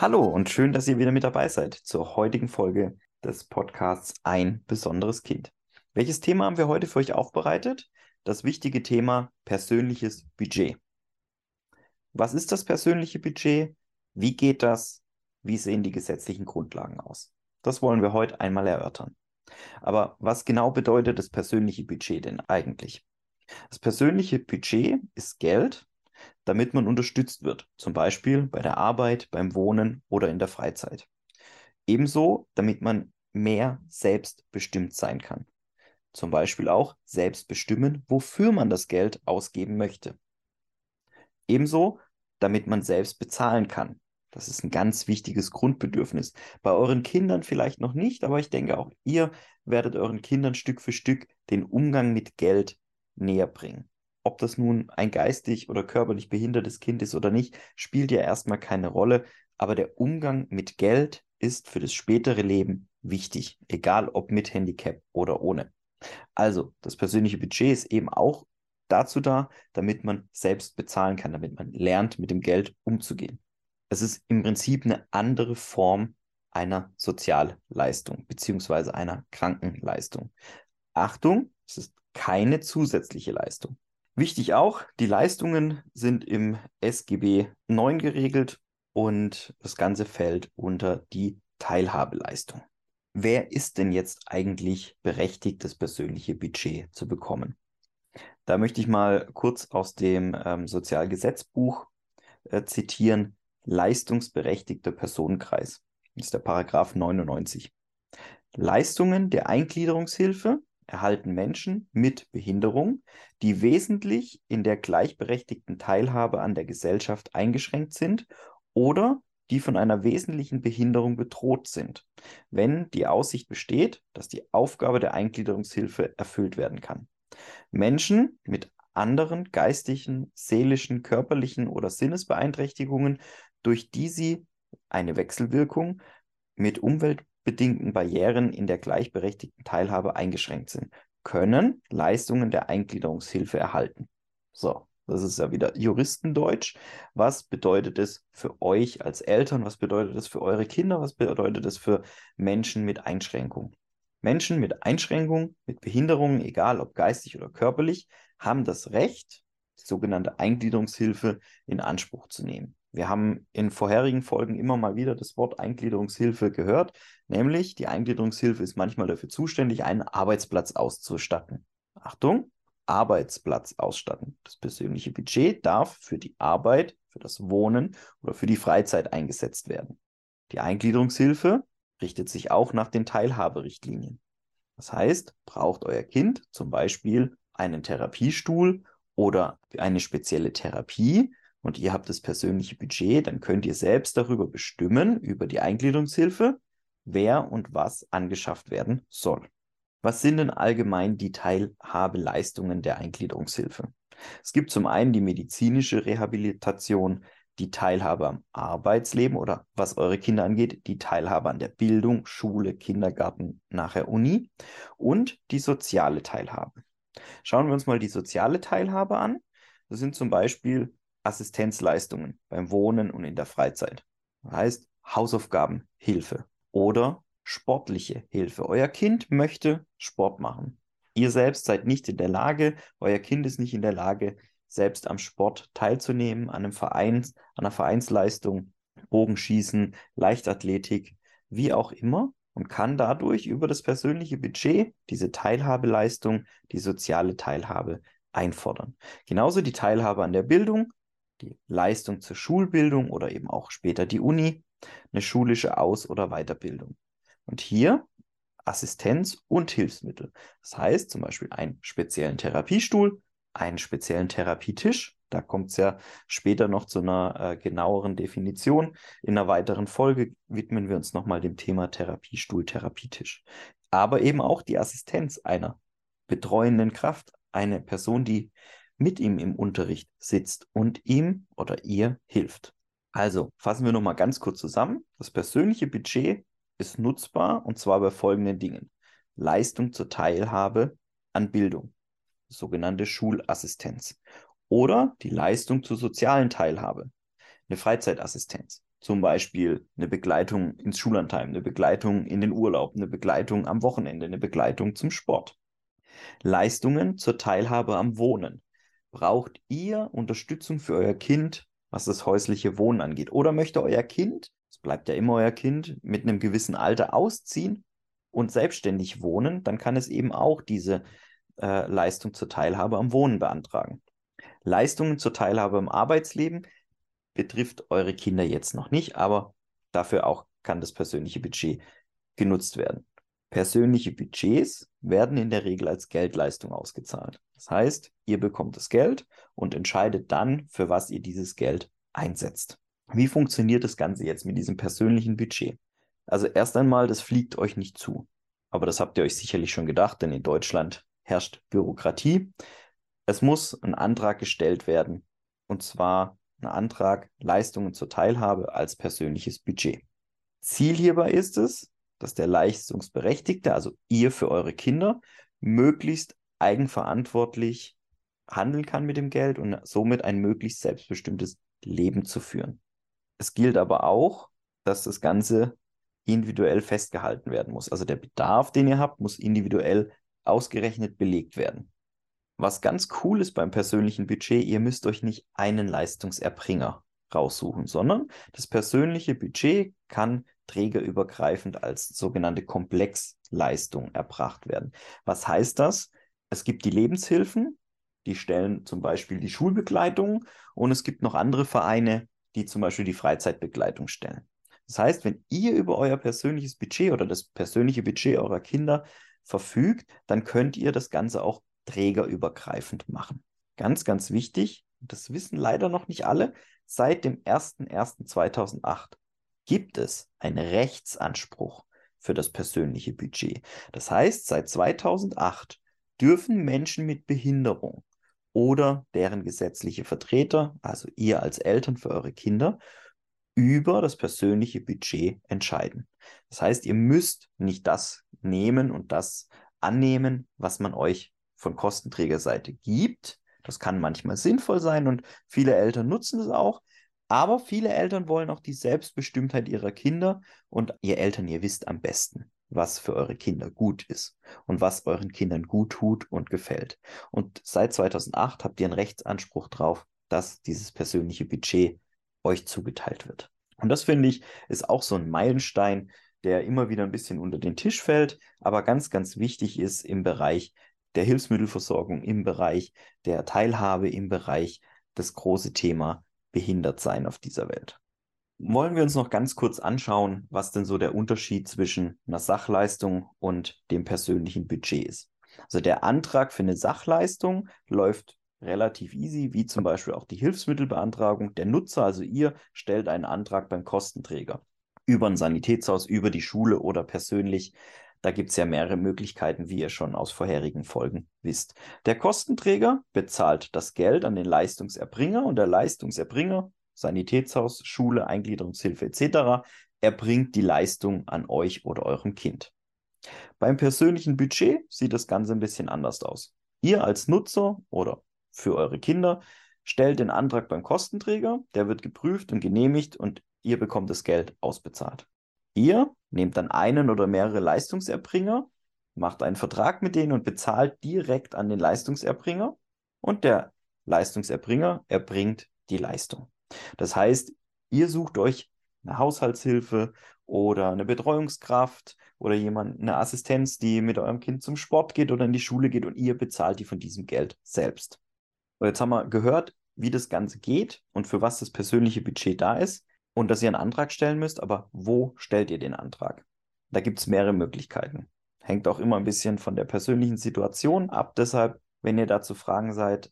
Hallo und schön, dass ihr wieder mit dabei seid zur heutigen Folge des Podcasts Ein besonderes Kind. Welches Thema haben wir heute für euch aufbereitet? Das wichtige Thema persönliches Budget. Was ist das persönliche Budget? Wie geht das? Wie sehen die gesetzlichen Grundlagen aus? Das wollen wir heute einmal erörtern. Aber was genau bedeutet das persönliche Budget denn eigentlich? Das persönliche Budget ist Geld, damit man unterstützt wird, zum Beispiel bei der Arbeit, beim Wohnen oder in der Freizeit. Ebenso, damit man mehr selbstbestimmt sein kann. Zum Beispiel auch selbst bestimmen, wofür man das Geld ausgeben möchte. Ebenso, damit man selbst bezahlen kann. Das ist ein ganz wichtiges Grundbedürfnis. Bei euren Kindern vielleicht noch nicht, aber ich denke auch ihr werdet euren Kindern Stück für Stück den Umgang mit Geld näher bringen. Ob das nun ein geistig oder körperlich behindertes Kind ist oder nicht, spielt ja erstmal keine Rolle. Aber der Umgang mit Geld ist für das spätere Leben wichtig, egal ob mit Handicap oder ohne. Also, das persönliche Budget ist eben auch dazu da, damit man selbst bezahlen kann, damit man lernt, mit dem Geld umzugehen. Es ist im Prinzip eine andere Form einer Sozialleistung beziehungsweise einer Krankenleistung. Achtung, es ist keine zusätzliche Leistung. Wichtig auch, die Leistungen sind im SGB 9 geregelt und das Ganze fällt unter die Teilhabeleistung. Wer ist denn jetzt eigentlich berechtigt, das persönliche Budget zu bekommen? Da möchte ich mal kurz aus dem Sozialgesetzbuch zitieren. Leistungsberechtigter Personenkreis. Das ist der Paragraph 99. Leistungen der Eingliederungshilfe erhalten Menschen mit Behinderung, die wesentlich in der gleichberechtigten Teilhabe an der Gesellschaft eingeschränkt sind oder die von einer wesentlichen Behinderung bedroht sind, wenn die Aussicht besteht, dass die Aufgabe der Eingliederungshilfe erfüllt werden kann. Menschen mit anderen geistigen, seelischen, körperlichen oder Sinnesbeeinträchtigungen, durch die sie eine Wechselwirkung mit umweltbedingten Barrieren in der gleichberechtigten Teilhabe eingeschränkt sind, können Leistungen der Eingliederungshilfe erhalten. So, das ist ja wieder Juristendeutsch. Was bedeutet es für euch als Eltern? Was bedeutet es für eure Kinder? Was bedeutet es für Menschen mit Einschränkungen? Menschen mit Einschränkungen, mit Behinderungen, egal ob geistig oder körperlich, haben das Recht, die sogenannte Eingliederungshilfe in Anspruch zu nehmen. Wir haben in vorherigen Folgen immer mal wieder das Wort Eingliederungshilfe gehört, nämlich die Eingliederungshilfe ist manchmal dafür zuständig, einen Arbeitsplatz auszustatten. Achtung, Arbeitsplatz ausstatten. Das persönliche Budget darf für die Arbeit, für das Wohnen oder für die Freizeit eingesetzt werden. Die Eingliederungshilfe richtet sich auch nach den Teilhaberichtlinien. Das heißt, braucht euer Kind zum Beispiel einen Therapiestuhl oder eine spezielle Therapie und ihr habt das persönliche Budget, dann könnt ihr selbst darüber bestimmen, über die Eingliederungshilfe, wer und was angeschafft werden soll. Was sind denn allgemein die Teilhabeleistungen der Eingliederungshilfe? Es gibt zum einen die medizinische Rehabilitation, die Teilhabe am Arbeitsleben oder was eure Kinder angeht, die Teilhabe an der Bildung, Schule, Kindergarten, nachher Uni und die soziale Teilhabe. Schauen wir uns mal die soziale Teilhabe an. Das sind zum Beispiel Assistenzleistungen beim Wohnen und in der Freizeit. Das heißt Hausaufgabenhilfe oder sportliche Hilfe. Euer Kind möchte Sport machen. Ihr selbst seid nicht in der Lage, euer Kind ist nicht in der Lage, selbst am Sport teilzunehmen, an einem Verein, an einer Vereinsleistung, Bogenschießen, Leichtathletik, wie auch immer und kann dadurch über das persönliche Budget diese Teilhabeleistung, die soziale Teilhabe einfordern. Genauso die Teilhabe an der Bildung, die Leistung zur Schulbildung oder eben auch später die Uni, eine schulische Aus- oder Weiterbildung. Und hier Assistenz und Hilfsmittel. Das heißt zum Beispiel einen speziellen Therapiestuhl, einen speziellen Therapietisch. Da kommt es ja später noch zu einer genaueren Definition. In einer weiteren Folge widmen wir uns nochmal dem Thema Therapiestuhl, Therapietisch. Aber eben auch die Assistenz einer betreuenden Kraft, eine Person, die mit ihm im Unterricht sitzt und ihm oder ihr hilft. Also fassen wir nochmal ganz kurz zusammen. Das persönliche Budget ist nutzbar und zwar bei folgenden Dingen. Leistung zur Teilhabe an Bildung, sogenannte Schulassistenz. Oder die Leistung zur sozialen Teilhabe, eine Freizeitassistenz. Zum Beispiel eine Begleitung ins Schullandheim, eine Begleitung in den Urlaub, eine Begleitung am Wochenende, eine Begleitung zum Sport. Leistungen zur Teilhabe am Wohnen. Braucht ihr Unterstützung für euer Kind, was das häusliche Wohnen angeht? Oder möchte euer Kind, es bleibt ja immer euer Kind, mit einem gewissen Alter ausziehen und selbstständig wohnen? Dann kann es eben auch diese Leistung zur Teilhabe am Wohnen beantragen. Leistungen zur Teilhabe im Arbeitsleben betrifft eure Kinder jetzt noch nicht, aber dafür auch kann das persönliche Budget genutzt werden. Persönliche Budgets werden in der Regel als Geldleistung ausgezahlt. Das heißt, ihr bekommt das Geld und entscheidet dann, für was ihr dieses Geld einsetzt. Wie funktioniert das Ganze jetzt mit diesem persönlichen Budget? Also erst einmal, das fliegt euch nicht zu. Aber das habt ihr euch sicherlich schon gedacht, denn in Deutschland herrscht Bürokratie. Es muss ein Antrag gestellt werden, und zwar ein Antrag Leistungen zur Teilhabe als persönliches Budget. Ziel hierbei ist es, dass der Leistungsberechtigte, also ihr für eure Kinder, möglichst eigenverantwortlich handeln kann mit dem Geld und somit ein möglichst selbstbestimmtes Leben zu führen. Es gilt aber auch, dass das Ganze individuell festgehalten werden muss. Also der Bedarf, den ihr habt, muss individuell ausgerechnet belegt werden. Was ganz cool ist beim persönlichen Budget, ihr müsst euch nicht einen Leistungserbringer raussuchen, sondern das persönliche Budget kann trägerübergreifend als sogenannte Komplexleistung erbracht werden. Was heißt das? Es gibt die Lebenshilfen, die stellen zum Beispiel die Schulbegleitung, und es gibt noch andere Vereine, die zum Beispiel die Freizeitbegleitung stellen. Das heißt, wenn ihr über euer persönliches Budget oder das persönliche Budget eurer Kinder verfügt, dann könnt ihr das Ganze auch trägerübergreifend machen. Ganz, ganz wichtig, das wissen leider noch nicht alle, seit dem 01.01.2008 gibt es einen Rechtsanspruch für das persönliche Budget. Das heißt, seit 2008 dürfen Menschen mit Behinderung oder deren gesetzliche Vertreter, also ihr als Eltern für eure Kinder, über das persönliche Budget entscheiden. Das heißt, ihr müsst nicht das nehmen und das annehmen, was man euch von Kostenträgerseite gibt. Das kann manchmal sinnvoll sein und viele Eltern nutzen es auch. Aber viele Eltern wollen auch die Selbstbestimmtheit ihrer Kinder, und ihr Eltern, ihr wisst am besten, was für eure Kinder gut ist und was euren Kindern gut tut und gefällt. Und seit 2008 habt ihr einen Rechtsanspruch drauf, dass dieses persönliche Budget euch zugeteilt wird. Und das, finde ich, ist auch so ein Meilenstein, der immer wieder ein bisschen unter den Tisch fällt, aber ganz, ganz wichtig ist im Bereich der Hilfsmittelversorgung, im Bereich der Teilhabe, im Bereich das große Thema Behindertsein auf dieser Welt. Wollen wir uns noch ganz kurz anschauen, was denn so der Unterschied zwischen einer Sachleistung und dem persönlichen Budget ist. Also der Antrag für eine Sachleistung läuft relativ easy, wie zum Beispiel auch die Hilfsmittelbeantragung. Der Nutzer, also ihr, stellt einen Antrag beim Kostenträger über ein Sanitätshaus, über die Schule oder persönlich. Da gibt es ja mehrere Möglichkeiten, wie ihr schon aus vorherigen Folgen wisst. Der Kostenträger bezahlt das Geld an den Leistungserbringer, und der Leistungserbringer, Sanitätshaus, Schule, Eingliederungshilfe etc., erbringt die Leistung an euch oder eurem Kind. Beim persönlichen Budget sieht das Ganze ein bisschen anders aus. Ihr als Nutzer oder für eure Kinder stellt den Antrag beim Kostenträger, der wird geprüft und genehmigt und ihr bekommt das Geld ausbezahlt. Ihr nehmt dann einen oder mehrere Leistungserbringer, macht einen Vertrag mit denen und bezahlt direkt an den Leistungserbringer, und der Leistungserbringer erbringt die Leistung. Das heißt, ihr sucht euch eine Haushaltshilfe oder eine Betreuungskraft oder eine Assistenz, die mit eurem Kind zum Sport geht oder in die Schule geht, und ihr bezahlt die von diesem Geld selbst. Und jetzt haben wir gehört, wie das Ganze geht und für was das persönliche Budget da ist und dass ihr einen Antrag stellen müsst, aber wo stellt ihr den Antrag? Da gibt es mehrere Möglichkeiten. Hängt auch immer ein bisschen von der persönlichen Situation ab. Deshalb, wenn ihr dazu Fragen seid,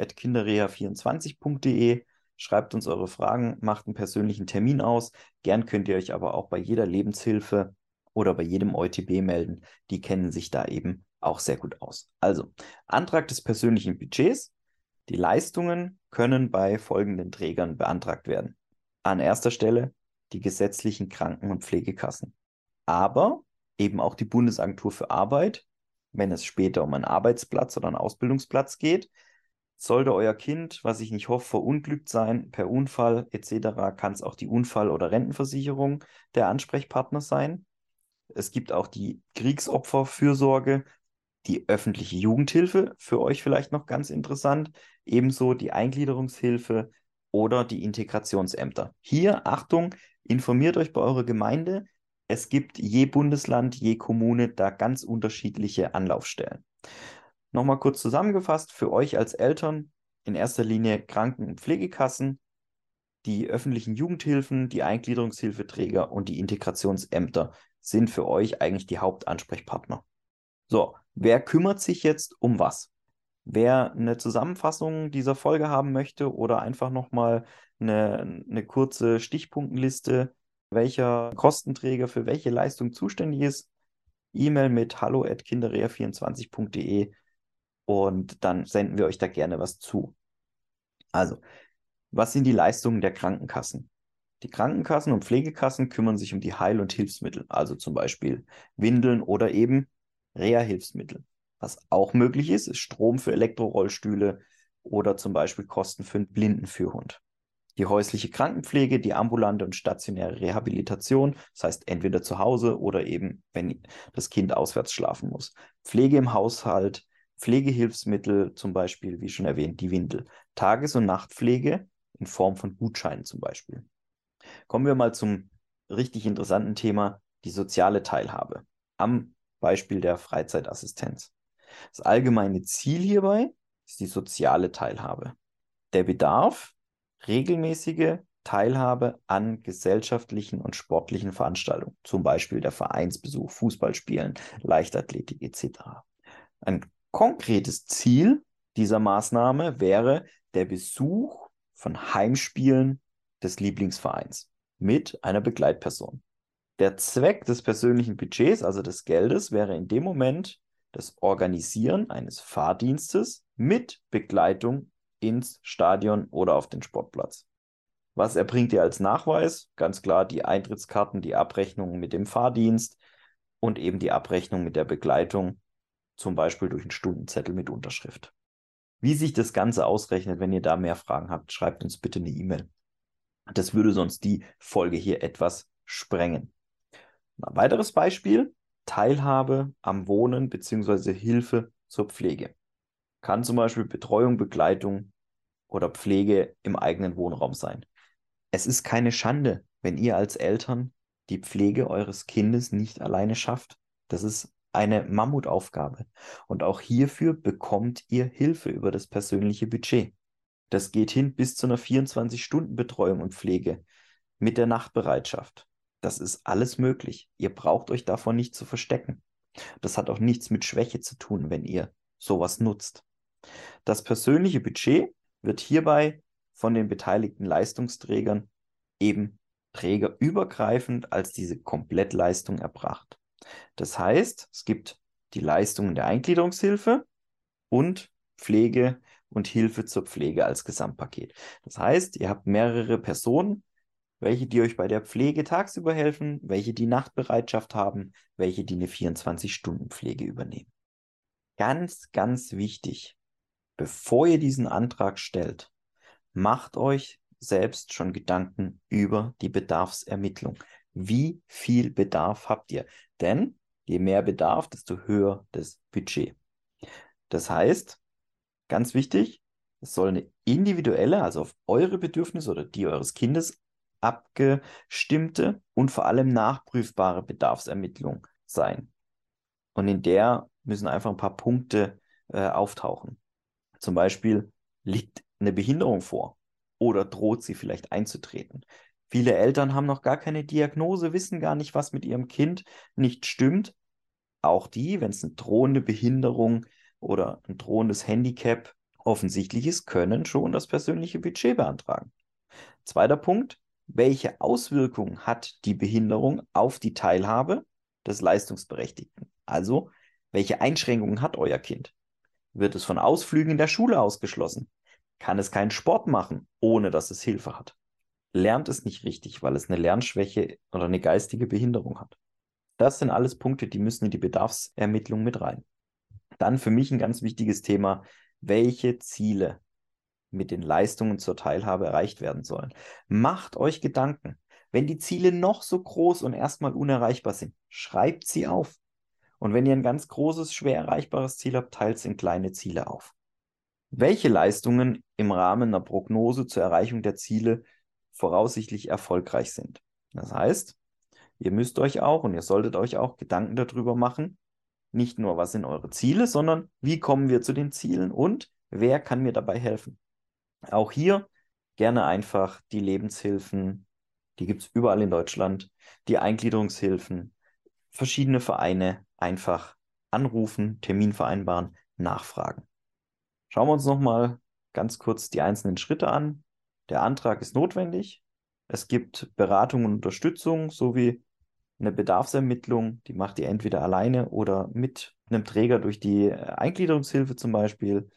hallo@kinderreha24.de, schreibt uns eure Fragen, macht einen persönlichen Termin aus. Gern könnt ihr euch aber auch bei jeder Lebenshilfe oder bei jedem EuTB melden. Die kennen sich da eben auch sehr gut aus. Also, Antrag des persönlichen Budgets. Die Leistungen können bei folgenden Trägern beantragt werden. An erster Stelle die gesetzlichen Kranken- und Pflegekassen, aber eben auch die Bundesagentur für Arbeit, wenn es später um einen Arbeitsplatz oder einen Ausbildungsplatz geht, Sollte euer Kind, was ich nicht hoffe, verunglückt sein, per Unfall etc., kann es auch die Unfall- oder Rentenversicherung der Ansprechpartner sein. Es gibt auch die Kriegsopferfürsorge, die öffentliche Jugendhilfe, für euch vielleicht noch ganz interessant, ebenso die Eingliederungshilfe oder die Integrationsämter. Hier, Achtung, informiert euch bei eurer Gemeinde. Es gibt je Bundesland, je Kommune da ganz unterschiedliche Anlaufstellen. Nochmal kurz zusammengefasst, für euch als Eltern in erster Linie Kranken- und Pflegekassen, die öffentlichen Jugendhilfen, die Eingliederungshilfeträger und die Integrationsämter sind für euch eigentlich die Hauptansprechpartner. So, wer kümmert sich jetzt um was? Wer eine Zusammenfassung dieser Folge haben möchte oder einfach nochmal eine kurze Stichpunktenliste, welcher Kostenträger für welche Leistung zuständig ist, E-Mail mit hallo@kinderrea24.de und dann senden wir euch da gerne was zu. Also, was sind die Leistungen der Krankenkassen? Die Krankenkassen und Pflegekassen kümmern sich um die Heil- und Hilfsmittel, also zum Beispiel Windeln oder eben Reha-Hilfsmittel. Was auch möglich ist, ist Strom für Elektrorollstühle oder zum Beispiel Kosten für einen Blindenführhund. Die häusliche Krankenpflege, die ambulante und stationäre Rehabilitation, das heißt entweder zu Hause oder eben, wenn das Kind auswärts schlafen muss. Pflege im Haushalt, Pflegehilfsmittel, zum Beispiel, wie schon erwähnt, die Windel. Tages- und Nachtpflege in Form von Gutscheinen zum Beispiel. Kommen wir mal zum richtig interessanten Thema, die soziale Teilhabe. Am Beispiel der Freizeitassistenz. Das allgemeine Ziel hierbei ist die soziale Teilhabe. Der Bedarf, regelmäßige Teilhabe an gesellschaftlichen und sportlichen Veranstaltungen, zum Beispiel der Vereinsbesuch, Fußballspielen, Leichtathletik etc. Ein konkretes Ziel dieser Maßnahme wäre der Besuch von Heimspielen des Lieblingsvereins mit einer Begleitperson. Der Zweck des persönlichen Budgets, also des Geldes, wäre in dem Moment das Organisieren eines Fahrdienstes mit Begleitung ins Stadion oder auf den Sportplatz. Was erbringt ihr als Nachweis? Ganz klar die Eintrittskarten, die Abrechnung mit dem Fahrdienst und eben die Abrechnung mit der Begleitung, zum Beispiel durch einen Stundenzettel mit Unterschrift. Wie sich das Ganze ausrechnet, wenn ihr da mehr Fragen habt, schreibt uns bitte eine E-Mail. Das würde sonst die Folge hier etwas sprengen. Ein weiteres Beispiel, Teilhabe am Wohnen bzw. Hilfe zur Pflege. Kann zum Beispiel Betreuung, Begleitung oder Pflege im eigenen Wohnraum sein. Es ist keine Schande, wenn ihr als Eltern die Pflege eures Kindes nicht alleine schafft. Das ist eine Mammutaufgabe. Und auch hierfür bekommt ihr Hilfe über das persönliche Budget. Das geht hin bis zu einer 24-Stunden-Betreuung und Pflege mit der Nachtbereitschaft. Das ist alles möglich. Ihr braucht euch davon nicht zu verstecken. Das hat auch nichts mit Schwäche zu tun, wenn ihr sowas nutzt. Das persönliche Budget wird hierbei von den beteiligten Leistungsträgern eben trägerübergreifend als diese Komplettleistung erbracht. Das heißt, es gibt die Leistungen der Eingliederungshilfe und Pflege und Hilfe zur Pflege als Gesamtpaket. Das heißt, ihr habt mehrere Personen, welche die euch bei der Pflege tagsüber helfen, welche die Nachtbereitschaft haben, welche die eine 24-Stunden-Pflege übernehmen. Ganz, ganz wichtig, bevor ihr diesen Antrag stellt, macht euch selbst schon Gedanken über die Bedarfsermittlung. Wie viel Bedarf habt ihr? Denn je mehr Bedarf, desto höher das Budget. Das heißt, ganz wichtig, es soll eine individuelle, also auf eure Bedürfnisse oder die eures Kindes abgestimmte und vor allem nachprüfbare Bedarfsermittlung sein. Und in der müssen einfach ein paar Punkte auftauchen. Zum Beispiel liegt eine Behinderung vor oder droht sie vielleicht einzutreten. Viele Eltern haben noch gar keine Diagnose, wissen gar nicht, was mit ihrem Kind nicht stimmt. Auch die, wenn es eine drohende Behinderung oder ein drohendes Handicap offensichtlich ist, können schon das persönliche Budget beantragen. Zweiter Punkt, welche Auswirkungen hat die Behinderung auf die Teilhabe des Leistungsberechtigten? Also, welche Einschränkungen hat euer Kind? Wird es von Ausflügen in der Schule ausgeschlossen? Kann es keinen Sport machen, ohne dass es Hilfe hat? Lernt es nicht richtig, weil es eine Lernschwäche oder eine geistige Behinderung hat? Das sind alles Punkte, die müssen in die Bedarfsermittlung mit rein. Dann für mich ein ganz wichtiges Thema, welche Ziele mit den Leistungen zur Teilhabe erreicht werden sollen. Macht euch Gedanken. Wenn die Ziele noch so groß und erstmal unerreichbar sind, schreibt sie auf. Und wenn ihr ein ganz großes, schwer erreichbares Ziel habt, teilt es in kleine Ziele auf. Welche Leistungen im Rahmen einer Prognose zur Erreichung der Ziele voraussichtlich erfolgreich sind? Das heißt, ihr müsst euch auch und ihr solltet euch auch Gedanken darüber machen, nicht nur, was sind eure Ziele, sondern wie kommen wir zu den Zielen und wer kann mir dabei helfen? Auch hier gerne einfach die Lebenshilfen, die gibt es überall in Deutschland, die Eingliederungshilfen, verschiedene Vereine einfach anrufen, Termin vereinbaren, nachfragen. Schauen wir uns nochmal ganz kurz die einzelnen Schritte an. Der Antrag ist notwendig. Es gibt Beratung und Unterstützung sowie eine Bedarfsermittlung, die macht ihr entweder alleine oder mit einem Träger durch die Eingliederungshilfe zum Beispiel.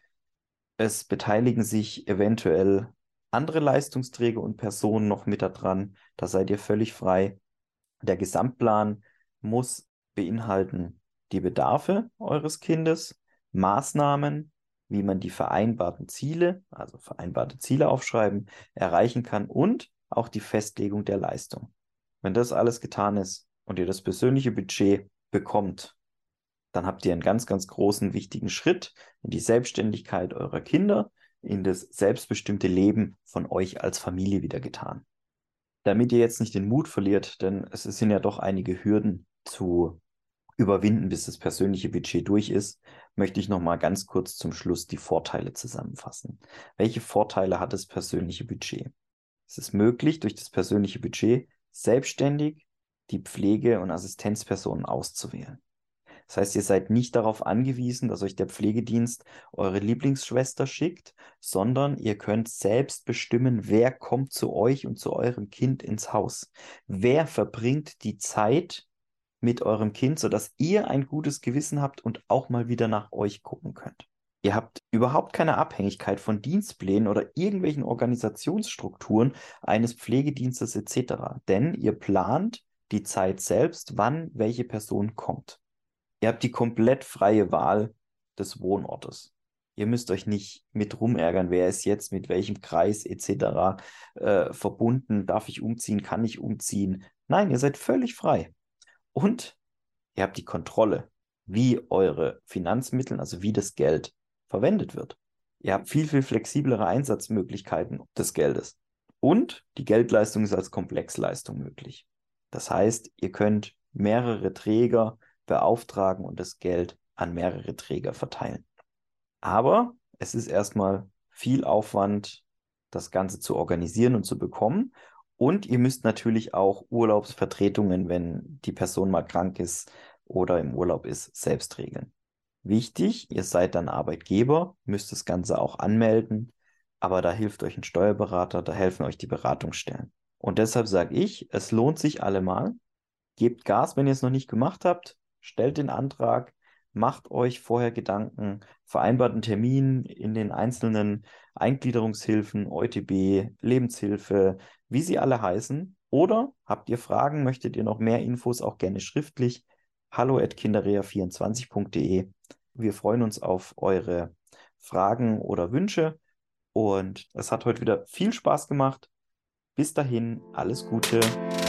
Es beteiligen sich eventuell andere Leistungsträger und Personen noch mit daran. Da seid ihr völlig frei. Der Gesamtplan muss beinhalten die Bedarfe eures Kindes, Maßnahmen, wie man die vereinbarten Ziele, also vereinbarte Ziele aufschreiben, erreichen kann und auch die Festlegung der Leistung. Wenn das alles getan ist und ihr das persönliche Budget bekommt, dann habt ihr einen ganz, ganz großen, wichtigen Schritt in die Selbstständigkeit eurer Kinder, in das selbstbestimmte Leben von euch als Familie wieder getan. Damit ihr jetzt nicht den Mut verliert, denn es sind ja doch einige Hürden zu überwinden, bis das persönliche Budget durch ist, möchte ich noch mal ganz kurz zum Schluss die Vorteile zusammenfassen. Welche Vorteile hat das persönliche Budget? Es ist möglich, durch das persönliche Budget selbstständig die Pflege- und Assistenzpersonen auszuwählen. Das heißt, ihr seid nicht darauf angewiesen, dass euch der Pflegedienst eure Lieblingsschwester schickt, sondern ihr könnt selbst bestimmen, wer kommt zu euch und zu eurem Kind ins Haus. Wer verbringt die Zeit mit eurem Kind, sodass ihr ein gutes Gewissen habt und auch mal wieder nach euch gucken könnt. Ihr habt überhaupt keine Abhängigkeit von Dienstplänen oder irgendwelchen Organisationsstrukturen eines Pflegedienstes etc., denn ihr plant die Zeit selbst, wann welche Person kommt. Ihr habt die komplett freie Wahl des Wohnortes. Ihr müsst euch nicht mit rumärgern, wer ist jetzt mit welchem Kreis etc. Verbunden, darf ich umziehen, kann ich umziehen. Nein, ihr seid völlig frei. Und ihr habt die Kontrolle, wie eure Finanzmittel, also wie das Geld verwendet wird. Ihr habt viel, viel flexiblere Einsatzmöglichkeiten des Geldes. Und die Geldleistung ist als Komplexleistung möglich. Das heißt, ihr könnt mehrere Träger beauftragen und das Geld an mehrere Träger verteilen. Aber es ist erstmal viel Aufwand, das Ganze zu organisieren und zu bekommen. Und ihr müsst natürlich auch Urlaubsvertretungen, wenn die Person mal krank ist oder im Urlaub ist, selbst regeln. Wichtig, ihr seid dann Arbeitgeber, müsst das Ganze auch anmelden, aber da hilft euch ein Steuerberater, da helfen euch die Beratungsstellen. Und deshalb sage ich, es lohnt sich allemal. Gebt Gas, wenn ihr es noch nicht gemacht habt, stellt den Antrag, macht euch vorher Gedanken, vereinbart einen Termin in den einzelnen Eingliederungshilfen, EuTB, Lebenshilfe, wie sie alle heißen. Oder habt ihr Fragen, möchtet ihr noch mehr Infos, auch gerne schriftlich, hallo@kinderrea24.de. Wir freuen uns auf eure Fragen oder Wünsche und es hat heute wieder viel Spaß gemacht. Bis dahin, alles Gute.